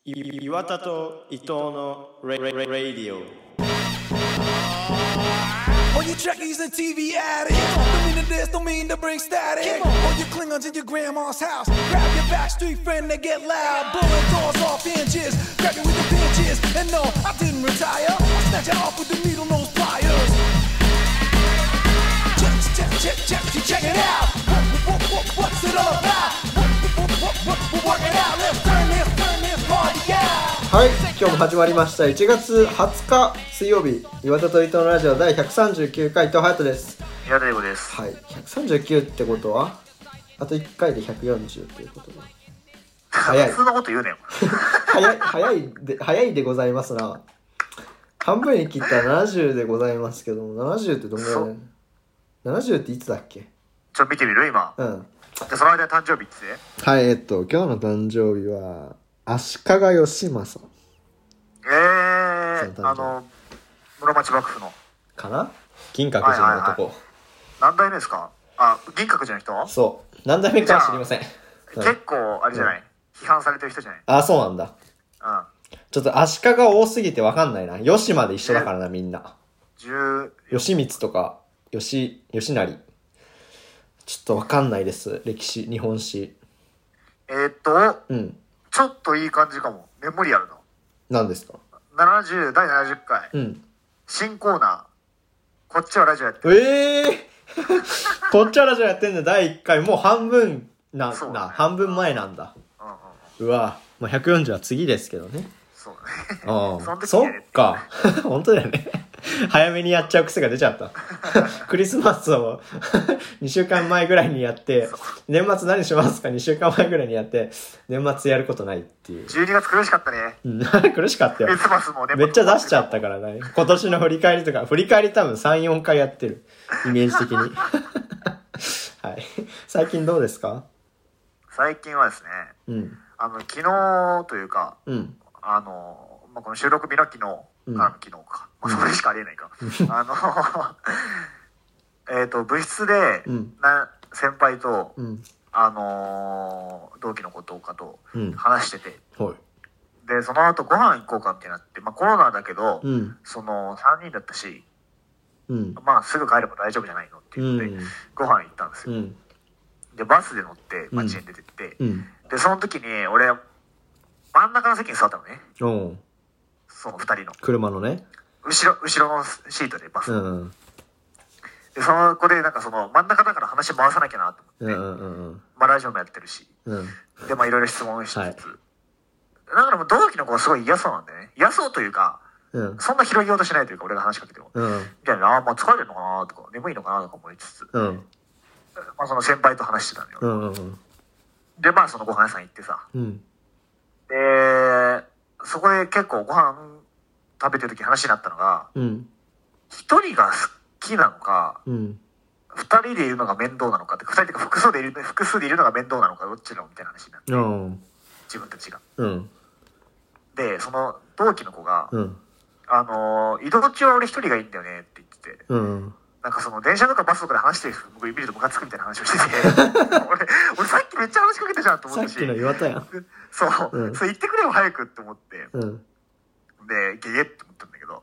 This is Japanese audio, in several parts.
岩田と伊藤のレディオ。 All you trekkies and TV addicts, don't mean to this, don't mean to bring static. All you Klingons in your grandma's house, grab your backstreet friend, they get loud. Blowing doors off hinges, grab you with the pinches. And no, I didn't retire, I snatch it off with the needle nose pliers. Check it out. What's it all about? Work it out, let's turn this party out. はい、今日も始まりました。1月20日水曜日、岩田と伊藤のラジオ第139回、伊藤隼人です。 宮田英語です。 はい、139ってことはあと1回で140ということで早い。 普通のこと言うねん。 早いでございますな。半分に切ったら70でございますけども、70ってどんぐらいなの？ 70っていつだっけ？ ちょっと見てみる今。 うん。 でその間に誕生日って。 はい、今日の誕生日は足利義政。 室町幕府のかな？銀閣寺の男。 何代目ですか？あ、銀閣寺の人？ そう。何代目かは知りません。 結構あれじゃない、批判されてる人じゃない？ あ、そうなんだ。 うん。 ちょっと足利多すぎてわかんないな。吉まで一緒だからな、みんな。吉光とか、吉成。ちょっとわかんないです。歴史、日本史。 うん。ちょっといい感じかも。メモリアルの。 何ですか？ 第70回。 うん。 新コーナー。こっちはラジオやってる。 こっちはラジオやってんだ。第1回。もう半分なんだ。 半分前なんだ。うわ。もう140は次ですけどね。 そうね。 そっか。本当だよね。早めにやっちゃう癖が出ちゃった。クリスマスを2週間前ぐらいにやって、年末何しますか2週間前ぐらいにやって、年末やることないっていう。 12月苦しかったね。 苦しかったよ。 クリスマスもね。 めっちゃ出しちゃったからね。今年の振り返りとか、振り返り多分3、4回やってる。イメージ的に。はい。最近どうですか？ 最近はですね、 うん。 昨日というか、 うん。 この収録日の昨日、昨日か。それしかありえないか。部室で、先輩と、同期の子とかと話してて、で、その後ご飯行こうかってなって、コロナだけど、その3人だったし、すぐ帰れば大丈夫じゃないのって言って、ご飯行ったんですよ。で、バスで乗って街に出てって、で、その時に俺、真ん中の席に座ったのね。その2人の。車のね。後ろのシートでバス。で、その子でなんかその真ん中だから話回さなきゃなと思って。ラジオもやってるし。で、いろいろ質問しつつ。だからもう同期の子はすごい嫌そうなんだよね。嫌そうというか、そんな広げようとしないというか、俺が話しかけても。みたいな、疲れるのかなとか、眠いのかなとか思いつつ。その先輩と話してたのよ。で、そのご飯屋さん行ってさ。で、そこで結構ご飯食べてる時話になったのが、一人が好きなのか、二人でいるのが面倒なのかって、二人とか複数でいるのが面倒なのか、どっちなのみたいな話になって、自分たちが。で、その同期の子が、移動中は俺一人がいいんだよねって言ってて、なんかその電車とかバスとかで話してる人僕見るとムカつくみたいな話をしてて俺さっきめっちゃ話しかけたじゃんと思ったし、 さっきの岩田やん。 そう言ってくれよ早くって思って、でゲゲって思ったんだけど、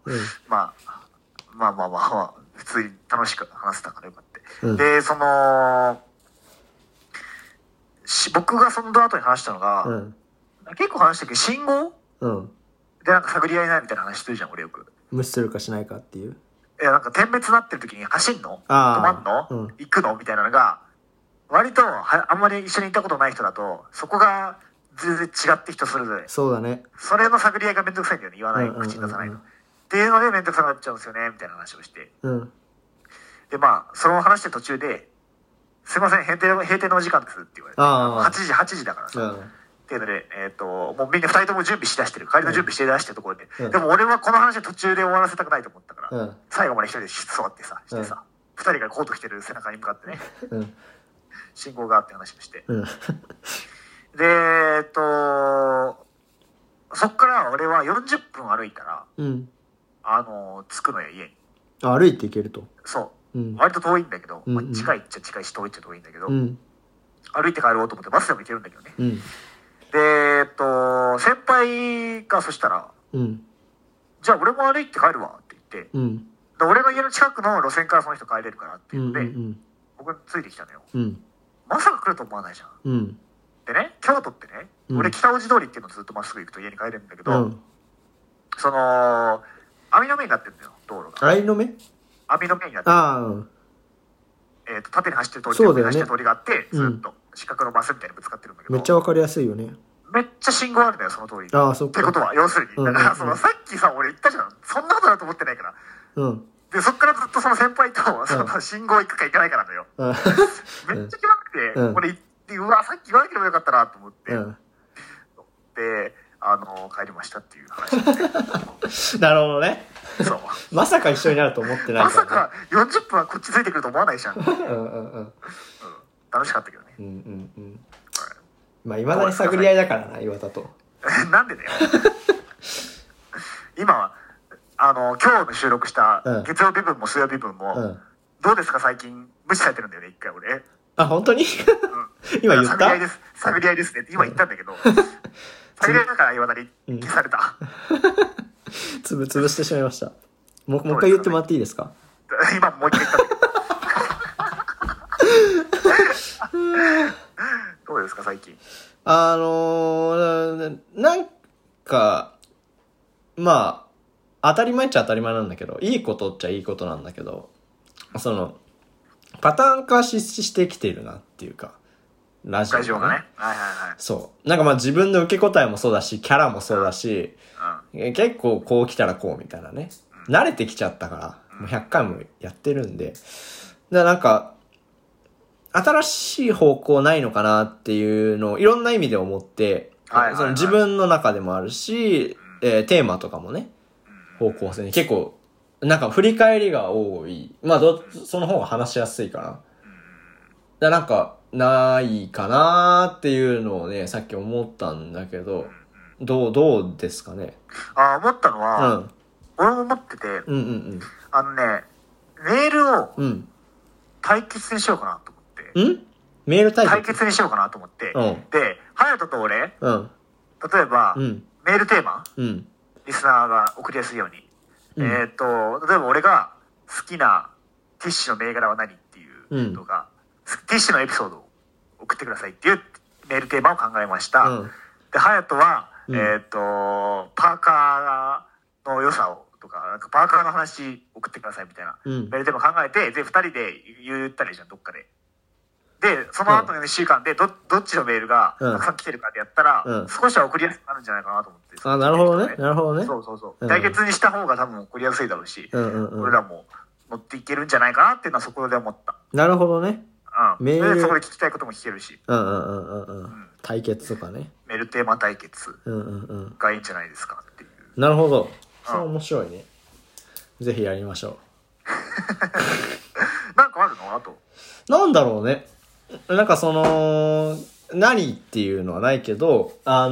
普通に楽しく話せたからよかった、でその僕がその後に話したのが、結構話したけど信号、でなんか探り合いないみたいな話してるじゃん俺よく。 無視するかしないかっていう。 なんか点滅なってる時に走んの？止まんの？行くの？みたいなのが割とあんまり一緒に行ったことない人だとそこが全然違って人それぞれ。そうだね。それの探り合いがめんどくさいんだよね。言わない、口に出さないの。っていうのでめんどくさくなっちゃうんですよねみたいな話をして。でその話して途中で、すいません閉店のお時間ですって言われて、8時だからさ。っていうので、もうみんな2人とも準備しだしてる。帰りの準備して出してるところで。でも俺はこの話途中で終わらせたくないと思ったから、最後まで一人で座ってさ、してさ、2人がコート着てる背中に向かってね、信号があって話をして。で、そっから俺は40分歩いたら、着くのよ、家に。歩いて行けると。そう。割と遠いんだけど、近いっちゃ近いし遠いっちゃ遠いんだけど、歩いて帰ろうと思ってバスでも行けるんだけどね。 で、先輩がそしたら、 うん、 じゃあ俺も歩いて帰るわって言って、 うん、 で俺の家の近くの路線からその人帰れるからって言って、 うんうんうん、 僕ついてきたのよ、 うん、 まさか来ると思わないじゃん、 うん、 でね、京都ってね、俺北大路通りっていうのをずっとまっすぐ行くと家に帰れるんだけど、うん、その網の目になってるんだよ道路が。 網の目になってる。 縦に走ってる通りと横に走ってる通りがあって、ずっと四角のマスみたいにぶつかってるんだけど、 めっちゃわかりやすいよね。 めっちゃ信号あるんだよその通り。 ああ、そっか。 ってことは要するにだからそのさっきさ俺言ったじゃん、そんなことだと思ってないから。 うん。 でそっからずっとその先輩とその信号行くか行かないかなんだよ。めっちゃ気まくて、俺行ってうわさっき言わなければよかったなと思って、で帰りましたっていう話。 なるほどね。 そう。 まさか一緒になると思ってないから、ね。 まさか40分はこっちついてくると思わないじゃん。楽しかったけどね。 まあいまだに探り合いだからな岩田と。 なんでだよ。今は今日の収録した月曜日分も水曜日分も、どうですか最近無視されてるんだよね一回俺。 あ本当に？今言った？ 探り合いですねって今言ったんだけど、探り合いだから岩田に消された。 潰してしまいました。もう一回言ってもらっていいですか？ 今もう一回言ったんだけど。どうですか最近？ なんかまあ当たり前っちゃ当たり前なんだけど、いいことっちゃいいことなんだけど、そのパターン化してきてるなっていうか、ラジオがね。そうなんかまあ自分の受け答えもそうだしキャラもそうだし、結構こう来たらこうみたいなね、慣れてきちゃったからもう100回もやってるんで、なんか新しい方向ないのかなっていうのをいろんな意味で思って、その自分の中でもあるし、テーマとかもね、方向性に結構なんか振り返りが多い。まあその方が話しやすいかな。なんかないかなっていうのをねさっき思ったんだけど、どうですかね。 思ったのは、俺も思ってて、メールを対決にしようかなと思って。 メール対決にしようかなと思って。で、隼人と俺、例えば、メールテーマ、リスナーが送りやすいように。例えば俺が好きなティッシュの銘柄は何っていうのが、ティッシュのエピソードを送ってくださいっていうメールテーマを考えました。で、隼人は、パーカーの良さをとか、なんかパーカーの話送ってくださいみたいな、メールテーマ考えて、で、2人で言ったらいいじゃん、どっかで。で、その後の1週間でどっちのメールがたくさん来てるかでやったら、少しは送りやすくなるんじゃないかなと思って。 なるほどね。なるほどね。 そう。対決にした方が多分送りやすいだろうし、俺らも乗っていけるんじゃないかなっていうのはそこで思った。 なるほどね。 メールでそこで聞きたいことも聞けるし。 対決とかね。 メールテーマ対決がいいんじゃないですかっていう。 なるほど。それ面白いね。ぜひやりましょう。なんかあるの？あと。 なんだろうね。なんかその、何っていうのはないけど、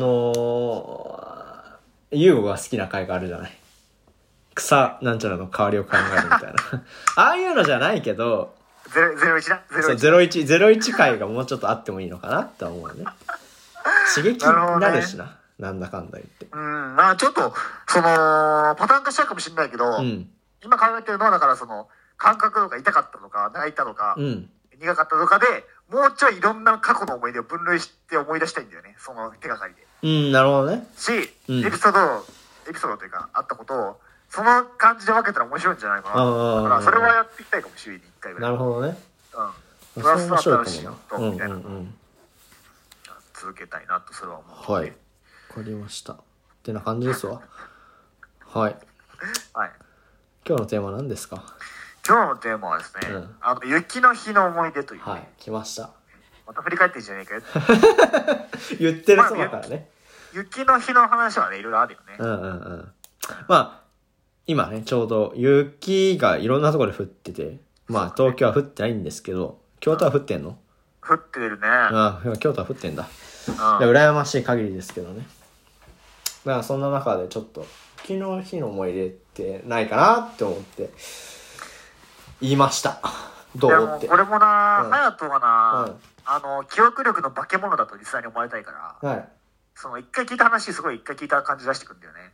ユーゴが好きな回があるじゃない。草なんちゃらの代わりを考えるみたいな。ああいうのじゃないけど、 01な。 01回がもうちょっとあってもいいのかなって思うね。刺激になるしな。なんだかんだ言って。 まあちょっと、その、パターン化しちゃうかもしれないけど、今考えてるのはだからその、感覚とか痛かったとか、泣いたとか、苦かったとかで、もうちょいいろんな過去の思い出を分類して思い出したいんだよね。その手がかりで。 なるほどね。 し、エピソードというか、あったことを、その感じで分けたら面白いんじゃないかな。だから、それはやっていきたいかもしれない。1回ぐらい。 なるほどね。 プラス新しいのと、みたいな。続けたいなと、それは思う。 はい。わかりました。ってな感じですわ。はい。今日のテーマは何ですか？ 今日のテーマはですね、雪の日の思い出という。 はい、来ました。 また振り返ってんじゃねえかよ。 言ってるそばからね。 雪の日の話はね、いろいろあるよね。 まあ、今ね、ちょうど雪がいろんなところで降ってて、まあ東京は降ってないんですけど、京都は降ってんの？ 降ってるね。 京都は降ってんだ。羨ましい限りですけどね。だからそんな中でちょっと、雪の日の思い出ってないかなって思って、言いました。どうって。 俺もな、隼人はな、記憶力の化け物だと実際に思われたいから、 その一回聞いた話すごい一回聞いた感じ出してくるんだよね。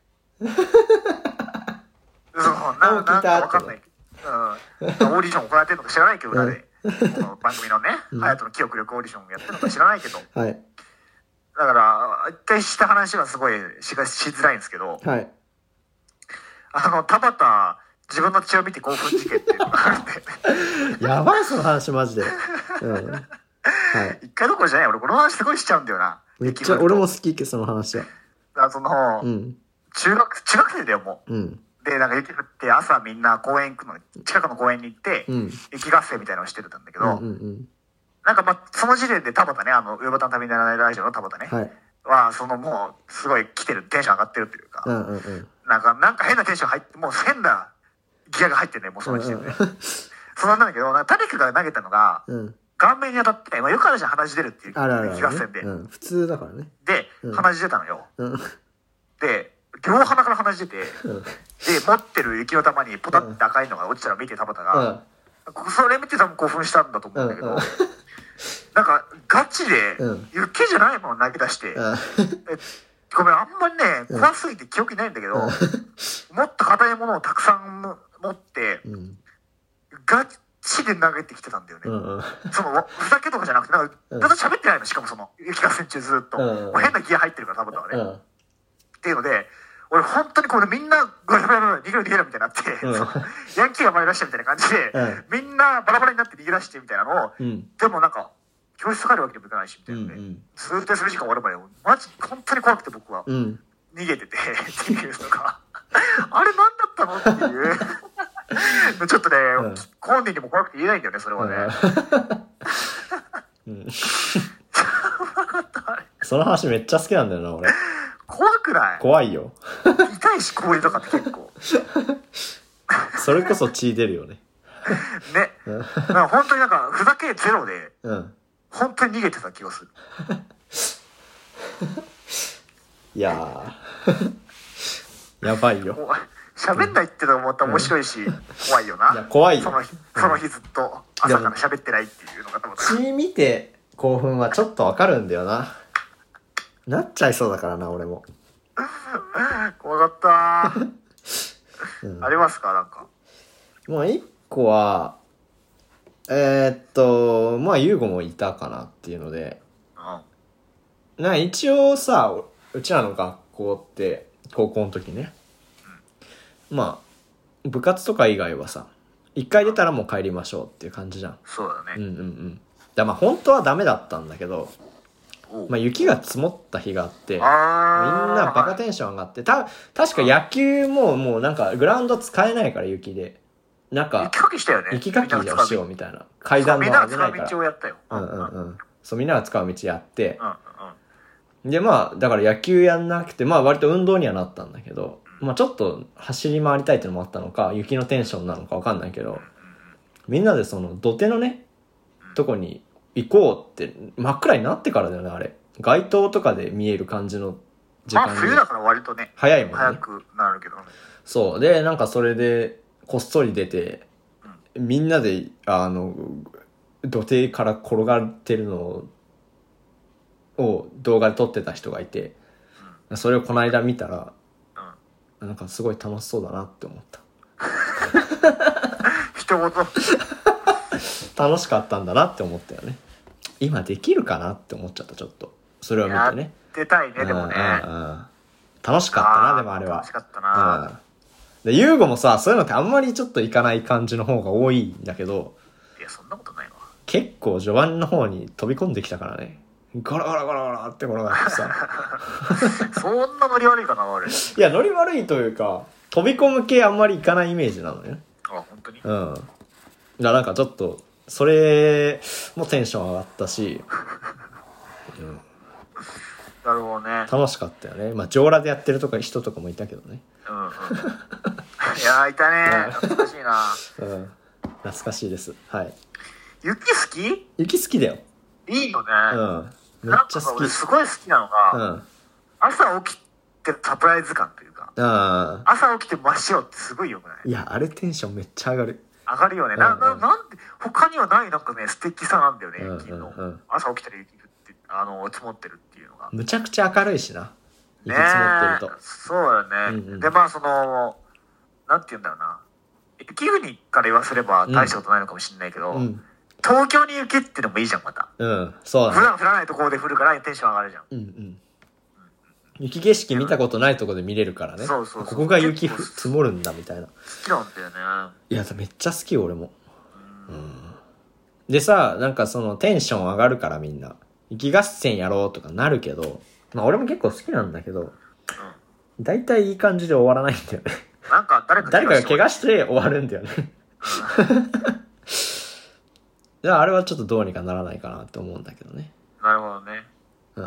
なんかわかんない。オーディション行われてるのか知らないけど、裏で。この番組のね、隼人の記憶力オーディションやってるのか知らないけど。 はい。 だから、一回した話はすごいしづらいんですけど、 はい。 田畑、自分の血を見て興奮事件っていうのがあるんで。 やばい、その話マジで。うん。はい。 一回どころじゃない。俺この話すごいしちゃうんだよな。 めっちゃ、俺も好き、その話は。 中学生だよ、もう。で、なんか雪降って朝みんな公園行くの、近くの公園に行って、雪合戦みたいなのをしてたんだけど、なんかまあ、その時点で田畑ね、ウヨボタン旅にならないラジオの田畑ね、は、もう、すごい来てる、テンション上がってるっていうか、なんか変なテンション入って、もう変なギアが入ってるね、もうその時点で。そうなんだけど、タネクが投げたのが、顔面に当たって、まあ、よくあるじゃん、鼻血出るっていう、雪合戦で。 普通だからね。 で、鼻血出たのよ。で、両鼻から鼻血出て、で、持ってる雪の玉にポタって赤いのが落ちたら見て田畑が、それ見て多分興奮したんだと思うんだけど、なんかガチで雪じゃないもの投げ出して、ごめん、あんまりね、怖すぎて記憶ないんだけど、もっと硬いものをたくさん持って、ガチで投げてきてたんだよね。ふざけとかじゃなくて、なんか、ただ喋ってないの、しかもその、雪合戦中ずっと。もう変なギア入ってるから、田畑はね。っていうので、俺本当にこれみんな逃げろみたいになって、ヤンキーが前出したみたいな感じで、みんなバラバラになって逃げ出してみたいなのを、でもなんか、教室帰るわけにもいかないし、みたいなね。ずっとする時間終わるまで、マジ本当に怖くて僕は、逃げてて、っていうのが、あれ何だったのっていう。ちょっとね、本人にも怖くて言えないんだよね、それはね。 その話めっちゃ好きなんだよな、俺。 怖くない？ 怖いよ。 痛いし、氷とかって結構。 それこそ血出るよね。 ね。本当になんか、ふざけゼロで、本当に逃げてた気がする。 いやー。やばいよ。 喋んないってのもまた面白いし、怖いよな。 いや、怖いよ。 その日ずっと朝から喋ってないっていうのが多分。 血見て興奮はちょっとわかるんだよな。なっちゃいそうだからな、俺も。 怖かったー。ありますか、なんか。 もう一個は、まあ、ユーゴもいたかなっていうので、一応さ、うちらの学校って、高校の時ね、まあ、部活とか以外はさ、一回出たらもう帰りましょうっていう感じじゃん。 そうだね。 だまあ、本当はダメだったんだけど、まあ、雪が積もった日があって、みんなバカテンション上がって、確か野球もうなんかグラウンド使えないから雪で。なんか、 雪かきしたよね。 雪かきをしようみたいな。階段も上げないから。 みんなが使う道をやったよ。 そう、みんなが使う道やって。で、まあ、だから野球やんなくて、まあ割と運動にはなったんだけど、まあちょっと走り回りたいっていうのもあったのか、雪のテンションなのかわかんないけど、みんなでその土手のね、とこに行こうって、真っ暗になってからだよね、あれ。街灯とかで見える感じの時間に。 まあ冬だから割とね。 早いもんね。 早くなるけどね。 そう。で、なんかそれで、こっそり出て、みんなで、土手から転がってるのを動画で撮ってた人がいて、それをこの間見たら、なんかすごい楽しそうだなって思った。 一言。 楽しかったんだなって思ったよね。今できるかなって思っちゃった、ちょっと。それを見てね。 やってたいね、でもね。 楽しかったな、でもあれは。 楽しかったな。 で、ユーゴもさ、そういうのってあんまりちょっといかない感じの方が多いんだけど、 いや、そんなことないわ。 結構序盤の方に飛び込んできたからね。ゴロゴロゴロゴロって転がってさ。 そんなノリ悪いかな、俺。いや、ノリ悪いというか、飛び込む系あんまりいかないイメージなのよ。 あ、本当に？ だからなんかちょっと、それもテンション上がったし、 なるほどね。 楽しかったよね。まあ、上裸でやってる人とかもいたけどね。 いやー、いたね。懐かしいな。 懐かしいです。はい。 雪好き？ 雪好きだよ。 いいよね。 めっちゃ好き。 俺すごい好きなのが、朝起きてサプライズ感というか、朝起きて真っ白ってすごいよくない？ いや、あれテンションめっちゃ上がる。 上がるよね。なんで、他にはないなんかね、素敵さなんだよね、雪の。朝起きたら雪降って積もってるっていうのが。 むちゃくちゃ明るいしな。雪積もってると。 そうだね。うんうん、で、まあなんて言うんだろうな。雪国から言わせれば大したことないのかもしれないけど、うん、東京に雪ってのもいいじゃん、また。 うん、そうだね。 普段降らないところで降るからテンション上がるじゃん。 うんうん。雪景色見たことないところで見れるからね。そうそうそう。ここが雪積もるんだみたいな。好きなんだよね。 いや、めっちゃ好きよ、俺も。うん。でさ、なんかテンション上がるからみんな。雪合戦やろうとかなるけど、まあ俺も結構好きなんだけど、だいたいいい感じで終わらないんだよね。 なんか誰かが怪我して終わるんだよね。じゃああれはちょっとどうにかならないかなって思うんだけどね。 なるほどね。うん。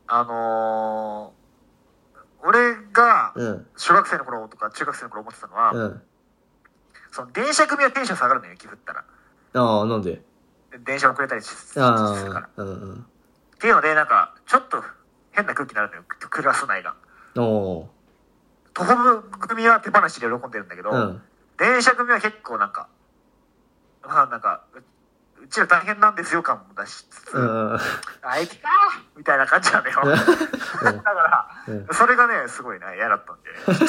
俺が小学生の頃とか中学生の頃思ってたのは、うん、電車組はテンション下がるのよ、雪降ったら。 ああ、なんで？ 電車遅れたりするから。うんうん。っていうので、なんか、ちょっと変な空気になるのよ、クラス内が。徒歩組は手放しで喜んでるんだけど、うん、電車組は結構なんか、まあなんか、うちら大変なんですよ感も出しつつ、あ、駅かーみたいな感じなんだよ。だから、それがね、すごいね、嫌だったんで。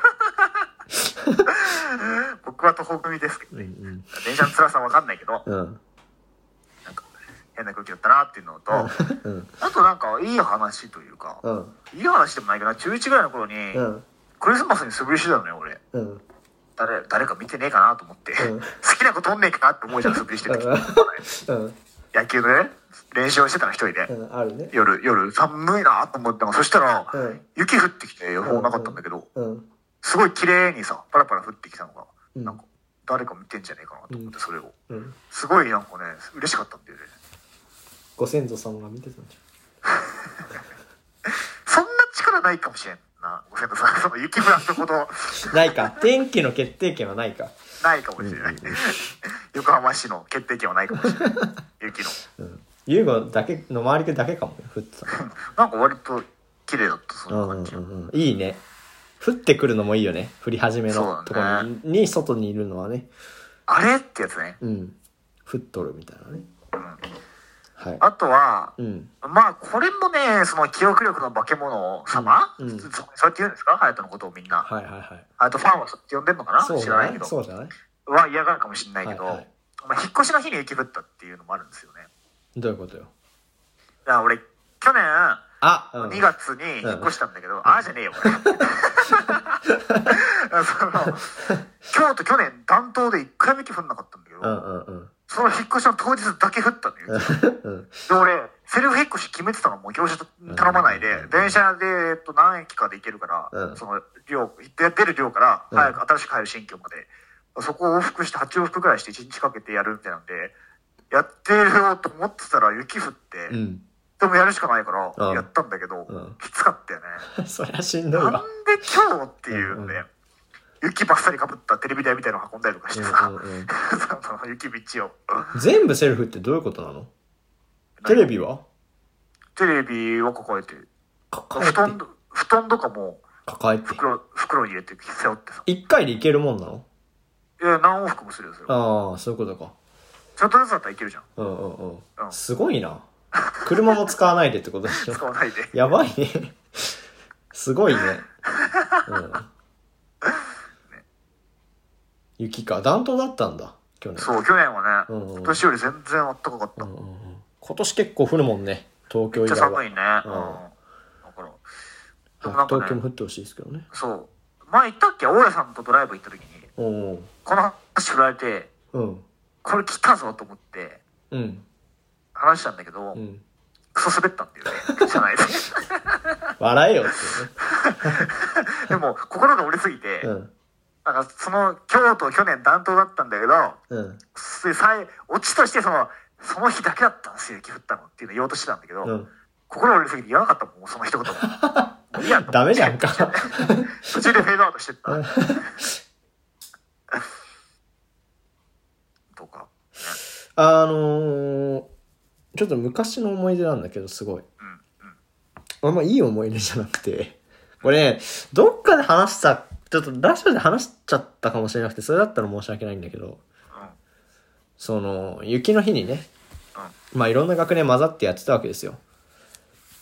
僕は徒歩組ですけどね。電車の辛さわかんないけど、なんか変な空気だったなっていうのと、あとなんかいい話というか、いい話でもないけど、中1ぐらいの頃に、クリスマスに素振りしてたのよ、俺。誰か見てねえかなと思って、好きな子撮んねえかなって思うじゃん、素振りしてる時。野球のね、練習をしてたの一人で。あるね。夜、寒いなと思ってたの。そしたら、雪降ってきて予報なかったんだけど、すごい綺麗にさ、パラパラ降ってきたのが、なんか、誰か見てんじゃねえかなと思って、それを。すごいなんかね、嬉しかったんだよね。 ご先祖様が見てたんじゃん。そんな力ないかもしれんな、ご先祖さん。雪降らすほど。 ないか。天気の決定権はないか。 ないかもしれない。横浜市の決定権はないかもしれない。雪の。 ユーゴだけの周りだけかもね、降ってた。 なんか割と綺麗だった、その感じ。 いいね。降ってくるのもいいよね。降り始めのところに外にいるのはね。 あれってやつね。 うん。降っとるみたいなね。 はい、あとは、まあこれもね、その記憶力の化け物様、そうやって言うんですか、隼人のことをみんな。はいはいはい。隼人ファンはそうやって呼んでんのかな、知らないけど。そうじゃないは嫌がるかもしれないけど、まあ引っ越しの日に雪降ったっていうのもあるんですよね。 どういうことよ。 いや俺去年2月に引っ越したんだけど、じゃねえよ俺。京都去年暖冬で1回も雪降んなかったんだけど、その引っ越しの当日だけ降ったのよ。で俺セルフ引っ越し決めてたのも業者頼まないで、電車で何駅かで行けるから、その出る量から早く新しく帰る新居まで、そこを往復して8往復ぐらいして1日かけてやるみたいなんでやってるよと思ってたら雪降って、でもやるしかないからやったんだけど、きつかったよね。 そりゃしんどいわ。 なんで今日っていうので、雪ばっさりかぶったテレビ台みたいなの運んだりとかしてさ、雪道を。 全部セルフってどういうことなの？テレビは抱えて。布団とかも抱えて袋に入れて背負ってさ。 1回でいけるもんなの？ いや、何往復もするよ、それは。 ああ、そういうことか。 ちょっとずつだったらいけるじゃん。すごいな。車も使わないでってことでしょ。 使わないで。 やばいね。すごいね。雪か。暖冬だったんだ、去年。 そう、去年はね、今年より全然暖かかった。 今年結構降るもんね、東京以外は。 めっちゃ寒いね。だから。 東京も降ってほしいですけどね。 そう。前言ったっけ、大家さんとドライブ行った時に、この話振られて、これ来たぞと思って、話したんだけど、クソ滑ったんだよね、じゃないで。 笑えよってね。 でも、心が折れすぎて、なんか京都去年暖冬だったんだけど、オチとしてその日だけだったんですよ、雪降ったのっていうの言おうとしてたんだけど、心折れすぎて言わなかったもん、その一言も。いや、 ダメじゃんか。 途中でフェードアウトしてった。とか。 ちょっと昔の思い出なんだけど、すごい。あんまいい思い出じゃなくて、これ、どっかでちょっとラジオで話しちゃったかもしれなくて、それだったら申し訳ないんだけど、雪の日にね、まあいろんな学年混ざってやってたわけですよ。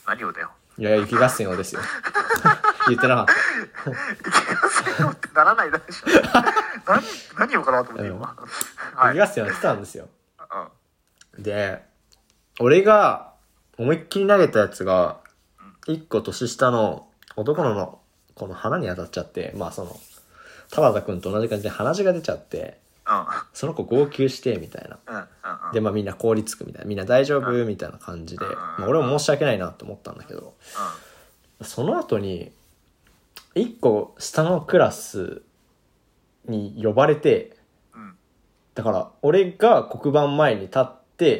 何をだよ。 いや、雪合戦をですよ。言ってなかった。 雪合戦をってならないでしょ。何をかなと思って今。 雪合戦やってたんですよ。で、俺が思いっきり投げたやつが、1個年下の男のこの鼻に当たっちゃって、まあその、田畑くんと同じ感じで鼻血が出ちゃって、その子号泣してみたいな。で、まあみんな凍りつくみたいな。みんな大丈夫みたいな感じで、まあ俺も申し訳ないなと思ったんだけど、その後に、1個下のクラスに呼ばれて、だから俺が黒板前に立って、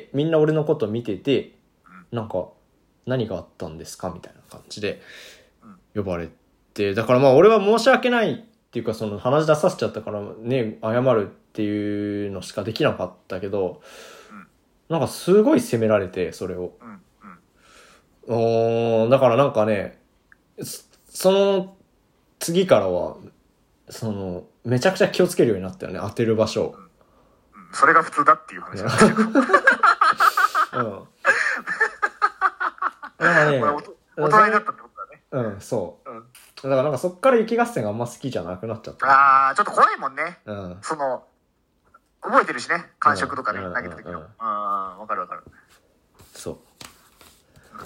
みんな俺のこと見てて、なんか、何があったんですかみたいな感じで呼ばれて、だからまあ俺は申し訳ないっていうか、その話出させちゃったからね、謝るっていうのしかできなかったけど、なんかすごい責められて、それを。だからなんかね、その次からは、その、めちゃくちゃ気をつけるようになったよね、当てる場所。 それが普通だっていう話なんですけど。 なんかね、 大人になったってことだね。 そう。だからなんかそっから雪合戦があんま好きじゃなくなっちゃった。 ああ、ちょっと怖いもんね。その、覚えてるしね、感触とかね、投げた時の。わかる。 そう。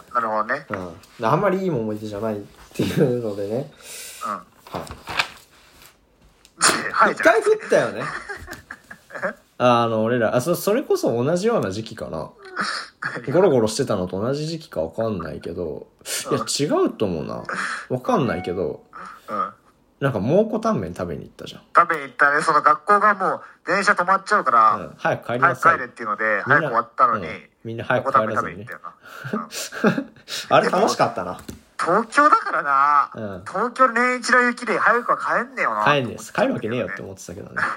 なるほどね。 あんまりいい思い出じゃないっていうのでね。はい。一回降ったよね。俺ら、それこそ同じような時期かな。ゴロゴロしてたのと同じ時期かわかんないけど、いや違うと思うな。わかんないけど、なんか蒙古タンメン食べに行ったじゃん。 食べに行ったね。その学校がもう電車止まっちゃうから、 早く帰りなさい。 早く帰れっていうので、早く終わったのに、 みんな早く帰らずにね。あれ楽しかったな。 東京だからな、東京年一の雪で早くは帰んねえよな。 帰るわけねえよって思ってたけどね。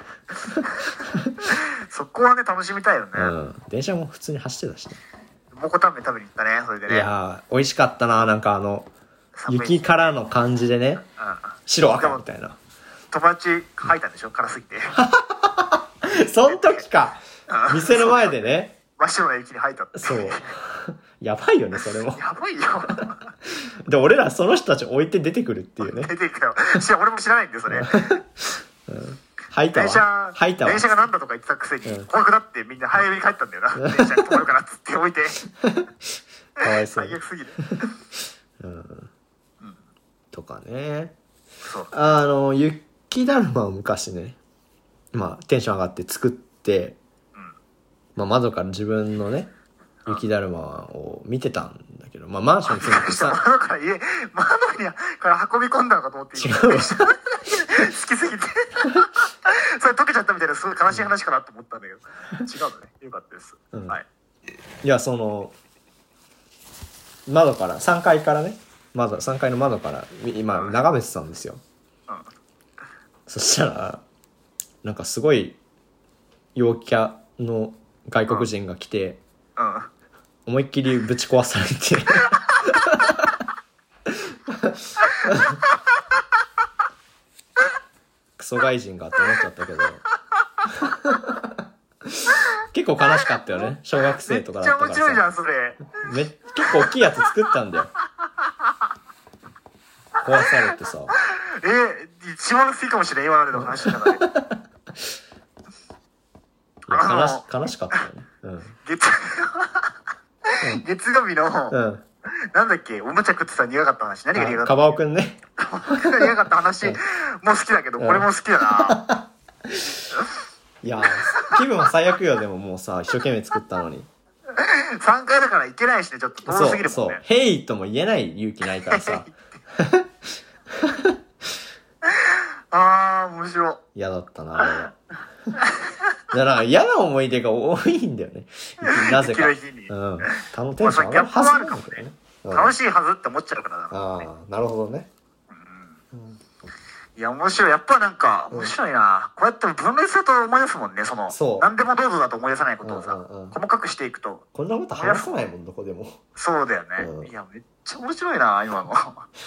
そこはね、楽しみたいよね。 電車も普通に走ってたしね。 蒙古タンメン食べに行ったね、それでね。 いやー、美味しかったな。なんか雪からの感じでね、白赤みたいな。 友達吐いたんでしょ、辛すぎて。 そん時か。店の前でね。 真っ白な雪に吐いたって。 そう。やばいよね、それも。 やばいよ。 で、俺らその人たち置いて出てくるっていうね。 出てくよ。俺も知らないんだよ、それ。 吐いたわ。 電車がなんだとか言ってたくせに、怖くなってみんな早めに帰ったんだよな。電車に止まるからっつって置いて。 かわいそう。 最悪すぎる。 とかね。雪だるまを昔ね、まあテンション上がって作って、まあ窓から自分のね、雪だるまを見てたんだけど、まあマンションに住んでさ、 窓から運び込んだのかと思って。 違うわ。 好きすぎて。それ溶けちゃったみたいなすごい悲しい話かなと思ったんだけど、違うのね。よかったです。はい。 いや、窓から3階からね、3階の窓から今眺めてたんですよ。そしたらなんかすごい陽キャの外国人が来て、思いっきりぶち壊されてクソ外人がって思っちゃったけど結構悲しかったよね。小学生とかだったからさ。 めっちゃ面白いじゃんそれ。 結構大きいやつ作ったんだよ。壊されてさ。 一番好きかもしれん、今までの話の中で。 悲しかったよね。 月曜日の、なんだっけ、おもちゃ食ってた苦かった話。何が苦かった？ カバオくんね。 カバオくんが苦かった話も好きだけど、これも好きだな。 いや、気分は最悪よ。でももうさ、一生懸命作ったのに。 3回だからいけないしね、ちょっと遠すぎるもんね。 ヘイとも言えない勇気ないからさ。 面白い。 嫌だったな、あれは。だから嫌な思い出が多いんだよね。なぜか。テンション上がるはずなんだけどね。 楽しいはずって思っちゃうからな。なるほどね。 いや、面白い。やっぱなんか、面白いな。こうやって分類すると思い出すもんね。何でもどうぞだと思い出さないことをさ、細かくしていくと。 こんなこと話さないもん、どこでも。 そうだよね。いや、めっちゃ面白いな、今の。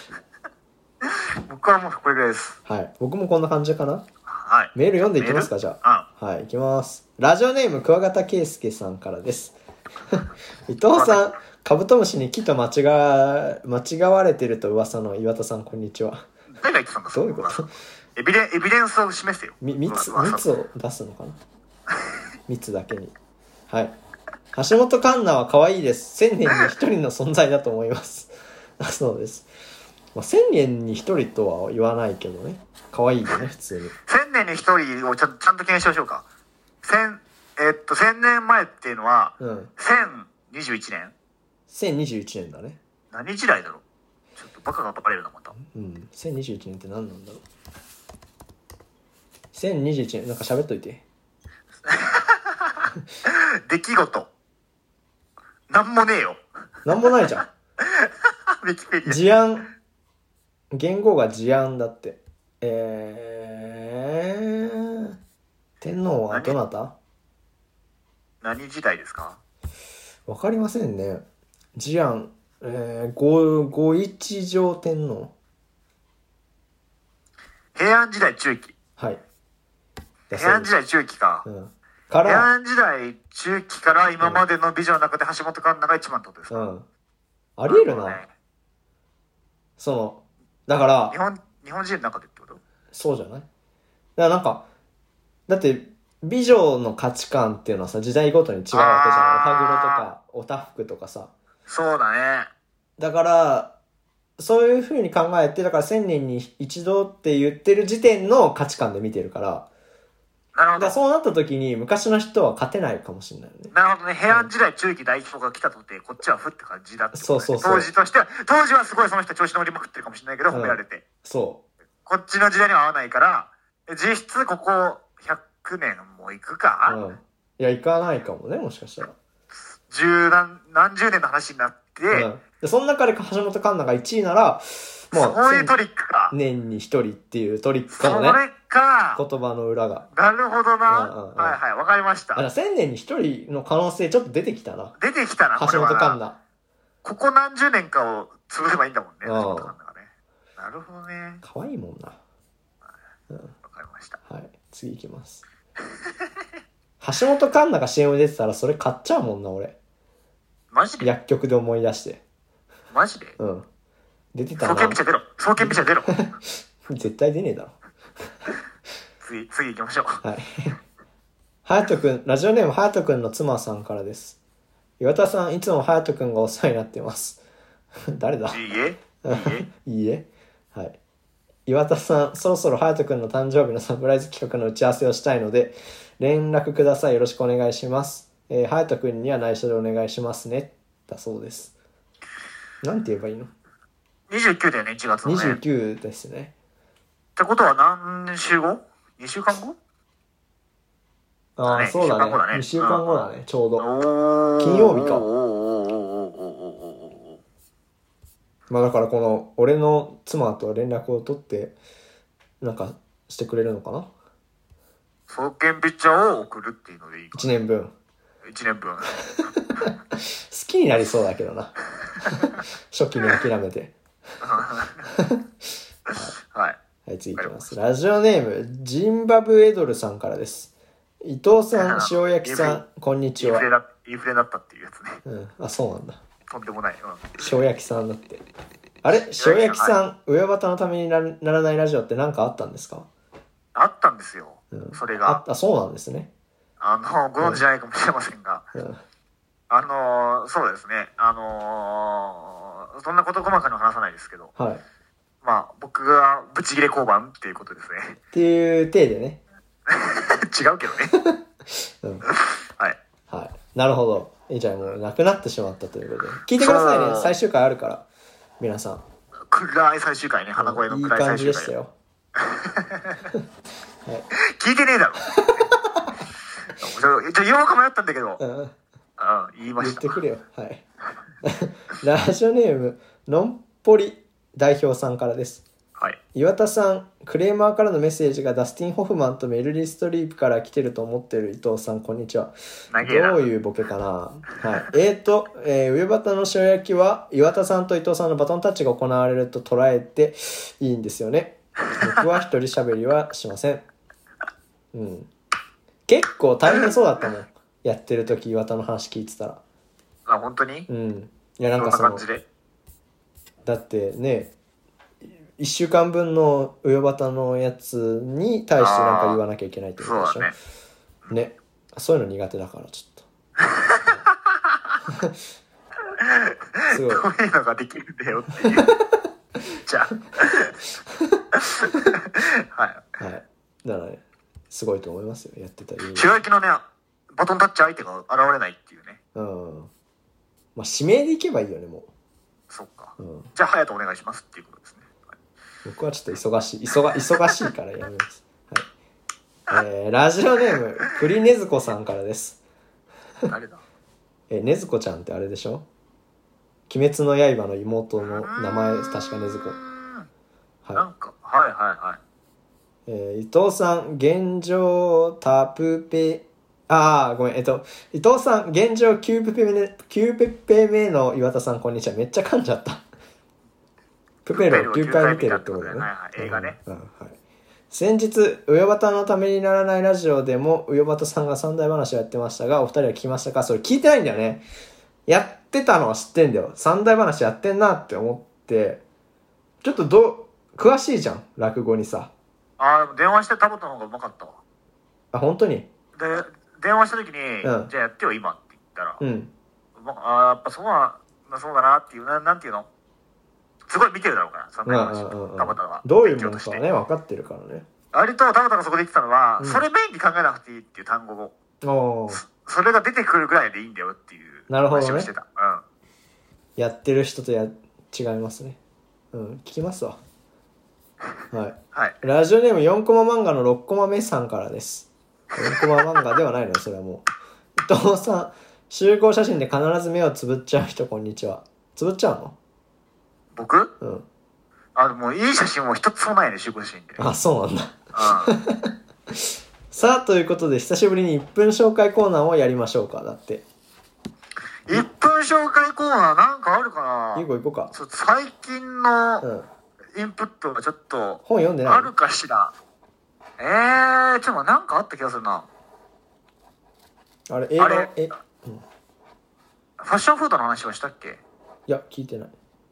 僕はもうこれぐらいです。 はい。僕もこんな感じかな。 はい。 メール読んでいきますか、じゃあ。はい、いきます。ラジオネーム、桑形圭介さんからです。伊藤さん、 カブトムシに木と間違われてると噂の岩田さん、こんにちは。 誰が言ってたんだ。 どういうこと？ エビデンスを示せよ。 蜜を出すのかな蜜だけに。はい。橋本環奈は可愛いです。1000年に1人の存在だと思います。そうです。まあ、1000年に1人とは言わないけどね。可愛いよね、普通に。 1000年に1人をちゃんと検証しようか。1000年前っていうのは、1021年 ?1021 年だね。 何時代だろう。ちょっとバカがバレるな、また。 1021年って何なんだろう。1021年、なんか喋っといて。 出来事。なんもねえよ。 なんもないじゃん。 ウィキペディア。 事案。言語が事案だって。天皇はどなた？ 何時代ですか？ わかりませんね。事案、ご一条天皇。 平安時代中期。 はい。 平安時代中期か。 から平安時代中期から今までの美女の中で橋本環奈が一番ってことですか？ ありえるな。だから日本人の中でってこと？ そうじゃない？だからなんかだって美女の価値観っていうのはさ、時代ごとに違うわけじゃん。おはぐろとかおたふくとかさ。 そうだね。 だからそういう風に考えて、だから1000年に一度って言ってる時点の価値観で見てるから。 なるほど。 そうなった時に昔の人は勝てないかもしれないよね。 なるほどね。平安時代中期代表が来たとて、こっちはふって感じだって、ね。 そう。 当時としては、当時はすごいその人調子乗りまくってるかもしれないけど、褒められて。 そう。 こっちの時代には合わないから、実質ここ100年も行くか？ いや、行かないかもね、もしかしたら。 何十年の話になって、 でその中で橋本環奈が1位なら、もう、 そういうトリックか。 年に1人っていうトリックかもね。 それか。 言葉の裏が。 なるほどな。はい、わかりました。 1000年に1人の可能性ちょっと出てきたな。 出てきたな、 橋本環奈。 ここ何十年かを潰せばいいんだもんね、橋本環奈がね。なるほどね。 可愛いもんな。 わかりました。 はい、次行きます。橋本環奈が CM 出てたらそれ買っちゃうもんな、俺。 マジで？ 薬局で思い出して。 マジで？ 出てたな。 双剣ビチャ出ろ。 絶対出ねえだろ。 次行きましょう。 はい。はやとくん、ラジオネームはやとくんの妻さんからです。岩田さん、いつもはやとくんがお世話になっています。誰だ？ いいえ。 いいえ。はい。岩田さん、そろそろはやとくんの誕生日のサプライズ企画の打ち合わせをしたいので、連絡ください。よろしくお願いします。はやとくんには内緒でお願いしますね。だそうです。なんて言えばいいの ？29だよね、1月のね。 29ですね。 ってことは何週後？ 2 週間後？ ああ、そうだね。2週間後だね、ちょうど。金曜日か。まあだからこの、俺の妻と連絡を取って、なんかしてくれるのかな？ 双剣ビチャを送るっていうのでいいかな。1年分。 1年分。 好きになりそうだけどな。初期に諦めて。 はい。 はい、次いきます。ラジオネーム、ジンバブエドルさんからです。伊藤さん、塩焼さん、こんにちは。 インフレだったっていうやつね。 あ、そうなんだ。 とんでもない。 塩焼さんだって。あれ塩焼さん、上端のためにならないラジオって何かあったんですか？ あったんですよ。それが。 そうなんですね。 ご存知じゃないかもしれませんが。そうですね。そんなこと細かに話さないですけど。 はい。 まあ、僕がブチギレ交番っていうことですね。 っていう体でね。 違うけどね。はい。 はい。なるほど。じゃあもうなくなってしまったということで。聞いてくださいね。最終回あるから。皆さん。 暗い最終回ね。花声の暗い最終回。 いい感じでしたよ。 はい、聞いてねえだろ。じゃあ言おうか迷ったんだけど。言いました。 言ってくれよ。はい。ラジオネーム、のんぽり代表さんからです。 はい。 岩田さん、クレーマーからのメッセージがダスティン・ホフマンとメルリ・ストリープから来てると思ってる伊藤さん、こんにちは。どういうボケかな。はい。上端の塩焼きは岩田さんと伊藤さんのバトンタッチが行われると捉えていいんですよね。僕は一人喋りはしません。結構大変そうだったもん。やってる時岩田の話聞いてたら。 あ、本当に？ いやなんかそんな感じで。 だってね1週間分のうよばたのやつに対してなんか言わなきゃいけないってことでしょ。 そうだね。 ね、そういうの苦手だからちょっとすごいどういうのができるんだよっていうじゃあはいはいだからねすごいと思いますよやってたり。 ひろゆきのねバトンタッチ相手が現れないっていうね。 まあ指名でいけばいいよねもう。 そっか、じゃあ隼人お願いしますっていうことですね。 僕はちょっと忙しいからやめます、はい。ラジオネーム栗ねずこさんからです。 誰だねずこちゃんってあれでしょ、鬼滅の刃の妹の名前確かねずこ。 はい、なんかはいはいはい。伊藤さん現状タプペごめん伊藤さん現状9ペペ目の岩田さんこんにちは。めっちゃ噛んじゃったプペルを9回見てるってことだね。 映画ね。 はい。先日うよばたのためにならないラジオでもうよばたさんが三大話をやってましたがお二人は聞きましたか。それ聞いてないんだよね。やってたのは知ってんだよ。三大話やってんなって思ってちょっと詳しいじゃん落語にさ。 でも電話して田畑の方がうまかったわ。 本当に。 で電話した時に、じゃあやってよ今って言ったら、やっぱそうだなっていうなんていうのすごい見てるだろうから三大話田畑はどういうものかはね分かってるからね。 割と田畑がそこで言ってたのは、それメインに考えなくていいっていう単語をそれが出てくるぐらいでいいんだよっていう話をしてた。 やってる人と違いますね。聞きますわ。はい、ラジオネーム4コマ漫画の6コマ目さんからです。4コマ漫画ではないのよそれはもう。伊藤さん集合写真で必ず目をつぶっちゃう人こんにちは。つぶっちゃうの？ 僕？もういい写真も一つもないね集合写真で。 そうなんだ。さあということで久しぶりに1分紹介コーナーをやりましょうか。だって 1分紹介コーナーなんかあるかな。 行こうか。 最近のインプットがちょっと本読んでない？ あるかしら。ちょっとなんかあった気がするな。 あれ映画ファッションフードの話はしたっけ？ いや聞いてない。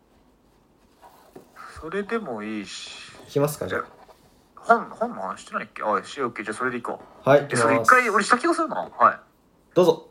それでもいいし。 聞きますかじゃあ。 本の話してないっけ？しようけ。じゃあそれでいこう。 はい。 それ一回俺した気がするな。はい。 どうぞ。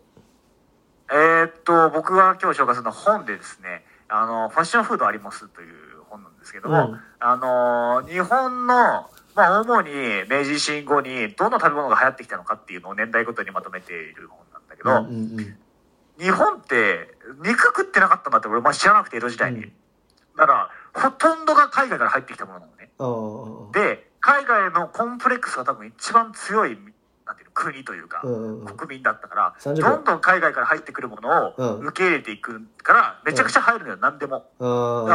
僕が今日紹介するのは本でですね、ファッションフードありますという本なんですけども、日本の主に明治維新後にどんな食べ物が流行ってきたのかっていうのを年代ごとにまとめている本なんだけど、日本って肉食ってなかったんだって俺知らなくて江戸時代に。だからほとんどが海外から入ってきたものなのね。で海外のコンプレックスが多分一番強いなんていうの国というか、国民だったからどんどん海外から入ってくるものを受け入れていくからめちゃくちゃ入るのよ何でも。だ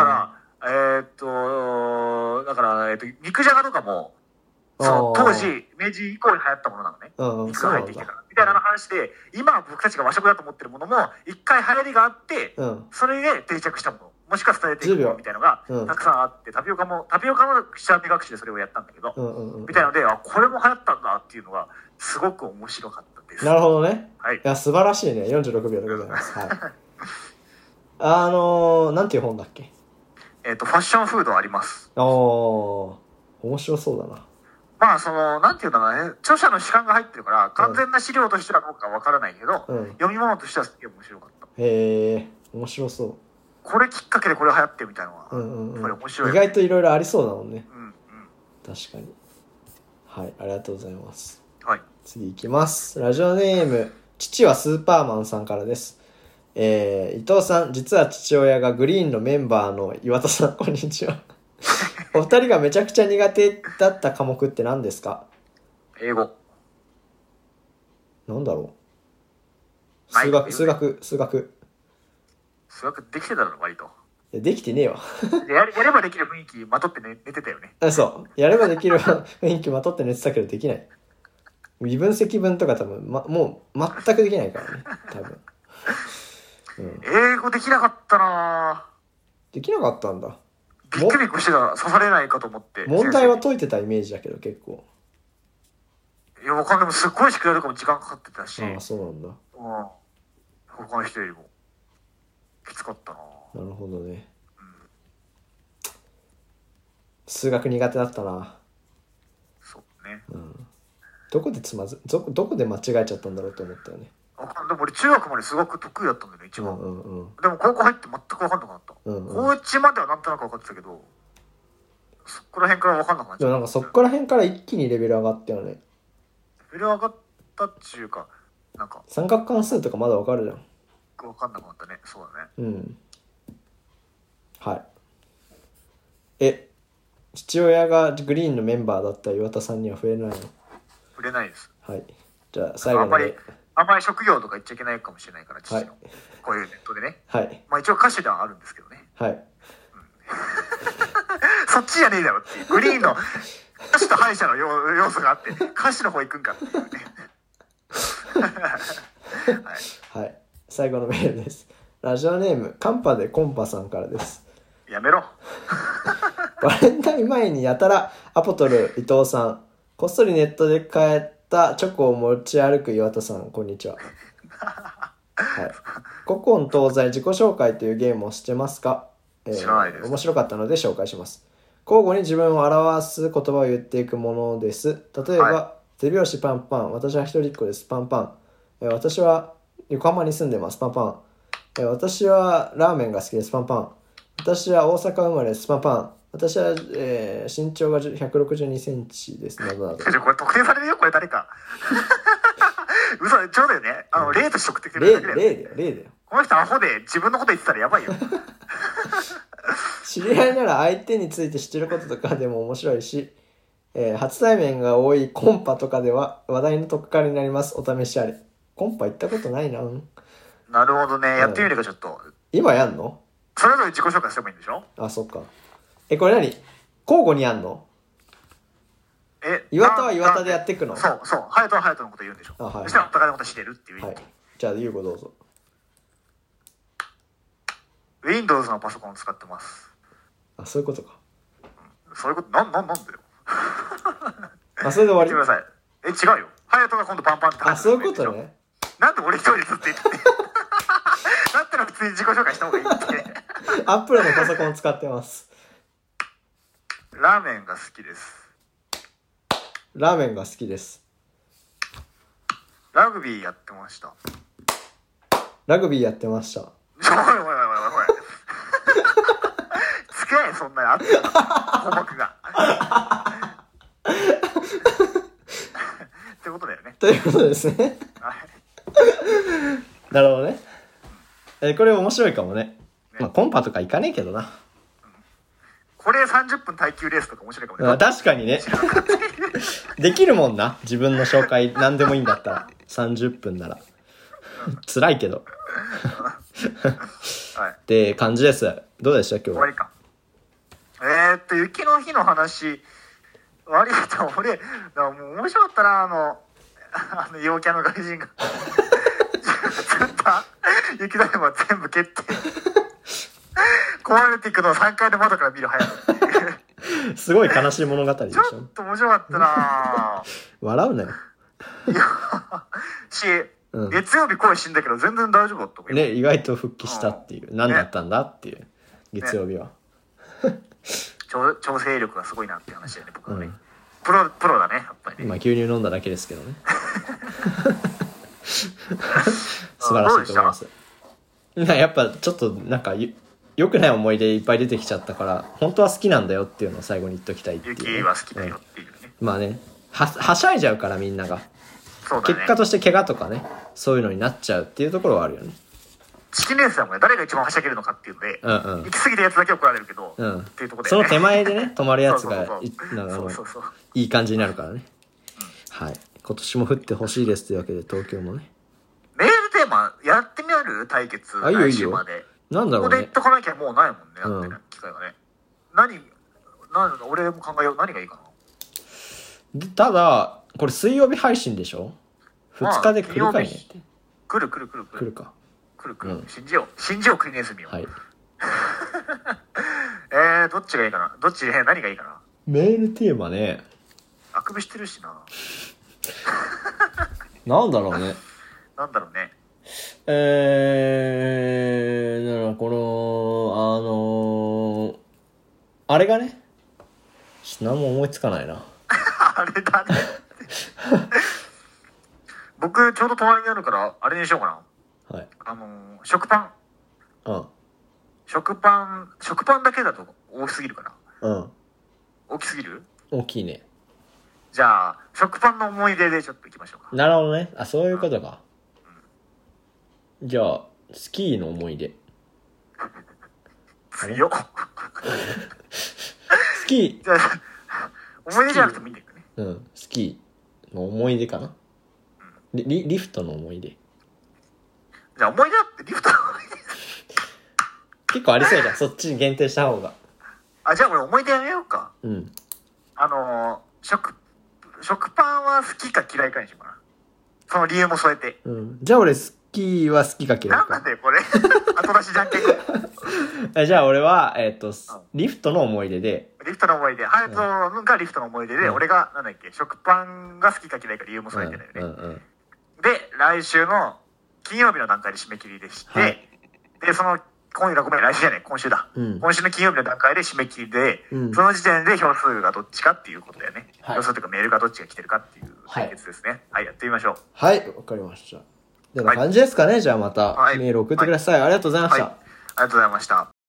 から肉じゃがとかも当時明治以降に流行ったものなのね。肉が入ってきてからみたいな話で今僕たちが和食だと思ってるものも一回流行りがあってそれで定着したものもしくは伝えていくものみたいなのがたくさんあってタピオカの下見学習でそれをやったんだけどみたいなのでこれも流行ったんだっていうのがすごく面白かったです。 なるほどね。 はい。 いや素晴らしいね。46秒でございます。はい。なんていう本だっけ？ ファッションフードあります。 面白そうだな。 なんていうんだろうね、著者の主観が入ってるから完全な資料としてはどうかわからないけど、読み物としてはすげえ面白かった。 面白そう。 これきっかけでこれ流行ってみたいなのは、やっぱり面白い、 意外といろいろありそうだもんね。確かに。はい、ありがとうございます。 はい。 次いきます。ラジオネーム父はスーパーマンさんからです。伊藤さん実は父親がグリーンのメンバーの岩田さんこんにちは。お二人がめちゃくちゃ苦手だった科目って何ですか？ 英語。 なんだろう。数学できてたの割と。 いやできてねえわ。 やればできる雰囲気まとって寝てたよね。 そうやればできる雰囲気まとって寝てたけどできない。微分積分とか多分、もう全くできないからね多分。 英語できなかったな。 できなかったんだ。 びっくりしてた。刺されないかと思って。 問題は解いてたイメージだけど結構。 いやわかんない。すっごい宿題とかも時間かかってたし。 そうなんだ。 他の人よりも。 きつかったな。 なるほどね、数学苦手だったな。 そうね、 どこでどこで間違えちゃったんだろうと思ったよね。 でも俺中学まで数学得意だったんだよね一番、でも高校入って全く分かんなくなった、高1まではなんとなく分かってたけど、そこら辺から分かんなくなっちゃった。 でもなんかそこら辺から一気にレベル上がったよね。 レベル上がったっていうか、なんか三角関数とかまだ分かるじゃん。 分かんなくなったね。そうだね。 はい。父親がグリーンのメンバーだった岩田さんには触れないの？ 触れないです。 はい。じゃあ最後まで。 あんまり職業とか言っちゃいけないかもしれないから、父の、こういうネットでね。 はい。 まあ一応歌手ではあるんですけどね。 はい。 そっちじゃねえだろっていう。グリーンの歌手と敗者の要素があって、歌手の方行くんかっていうね。 はい。最後のメールです。ラジオネームカンパでコンパさんからです。 やめろ。 バレンタイン前にやたらアポトル伊藤さん、こっそりネットで買えたチョコを持ち歩く岩田さん、こんにちは。はい。古今東西自己紹介というゲームを知ってますか？ 知らないです。 面白かったので紹介します。交互に自分を表す言葉を言っていくものです。例えば、手拍子パンパン、私は一人っ子です、パンパン。私は横浜に住んでます、パンパン。私はラーメンが好きです、パンパン。私は大阪生まれです、パンパン。私は、身長が162センチです、などなど。 これ特定されるよ、これ誰か。嘘、ちょうだよね。例として送ってくれるだけだよ。 例だよ。 この人アホで自分のこと言ってたらやばいよ。 知り合いなら相手について知ってることとかでも面白いし、初対面が多いコンパとかでは話題の取っかかりになります。お試しあれ。コンパ行ったことないな。 なるほどね。やってみるかちょっと。 今やんの？ それぞれ自己紹介すればいいんでしょ？ あ、そっか。これ何？交互にやんの？岩田は岩田でやっていくの？ そう。ハヤトはハヤトのこと言うんでしょ？はい。そしたらお互いのこと知れるっていう意味。はい。 じゃあゆうごどうぞ。 Windows のパソコンを使ってます。 あ、そういうことか。 そういうこと、なんだよ。 あ、それで終わり？ 言ってください。違うよ。ハヤトが今度パンパンってあ、そういうことね。 なんで俺一人でずっと言ってだったら普通に自己紹介した方がいいって。 アップルのパソコンを使ってます。 ラーメンが好きです。 ラーメンが好きです。 ラグビーやってました。 ラグビーやってました。おい。 つけないそんなにあった項目が。ってことだよね。 ということですね。なるほどね。これ面白いかもね。まあコンパとか行かねえけどな。 これ30分耐久レースとか面白いかもね。 確かにね。できるもんな。自分の紹介何でもいいんだったら30分なら。辛いけど。 はい。 って感じです。どうでした今日？ 終わりか。雪の日の話。割と俺、もう面白かったな、陽キャの外人が。作った雪だるま全部蹴って。壊れていくのを3階の窓から見る早くっていう。 すごい悲しい物語でしょ。 ちょっと面白かったな笑うなよ。 いや、月曜日声死んだけど全然大丈夫だったね、意外と復帰したっていう。何だったんだっていう、月曜日は。 調整力がすごいなっていう話だよね、僕はね。プロだね、やっぱりね。 今牛乳飲んだだけですけどね。素晴らしいと思います。やっぱちょっとなんか良くない思い出いっぱい出てきちゃったから、本当は好きなんだよっていうのを最後に言っときたいっていう、ね。 雪は好きだよっていうね。 まあね、はしゃいじゃうからみんなが。 そうだね。 結果として怪我とかね、そういうのになっちゃうっていうところはあるよね。 チキンレースはもね、誰が一番はしゃげるのかっていうので、行き過ぎたやつだけ怒られるけど、っていうところで、ね、 その手前でね、止まるやつがいい感じになるからね。はい。今年も降ってほしいですというわけで、東京もね。 メールテーマやってみる対決。 あ、いいよいいよ。なんだろうね。 ここで言っとかなきゃもうないもんね、やってる機会がね。俺も考えよう。何がいいかな。ただ、これ水曜日配信でしょ？ 2 日で来るかいねって。 来るか。信じよう、クリネスミを。 はい。 どっちがいいかな。何がいいかな。 メールテーマね。 あくびしてるしな。 なんだろうね。 だからこの、あれがね、何も思いつかないな。 あれだね。僕、ちょうど隣にあるから、あれにしようかな。はい。食パン。うん。食パンだけだと大きすぎるかな。うん。大きすぎる？ 大きいね。 じゃあ、食パンの思い出でちょっと行きましょうか。 なるほどね。あ、そういうことか。うん、じゃあ、スキーの思い出。 強っ。 スキー。 じゃあ、思い出じゃなくてもいいんだよね。 うん。スキーの思い出かな。うん、リフトの思い出。 じゃあ、思い出だってリフトの思い出。 結構ありそうじゃん。そっちに限定した方が。 あ、じゃあ俺思い出やめようか。うん。食パンは好きか嫌いかにしようかな。その理由も添えて。 うん。じゃあ俺スキーは好きか嫌いか。 なんだよこれ。後出しじゃんけん。 じゃあ俺は、リフトの思い出で。 リフトの思い出。ハヤトがリフトの思い出で、俺が、なんだっけ、食パンが好きか嫌いか理由も添えてだよね。で、来週の金曜日の段階で締め切りでして、で、来週じゃねえ、今週だ。今週の金曜日の段階で締め切りで、その時点で票数がどっちかっていうことだよね。票数というかメールがどっちが来てるかっていう対決ですね。はい、やってみましょう。 はい、わかりました。では感じですかね。じゃあまたメール送ってください。ありがとうございました。 ありがとうございました。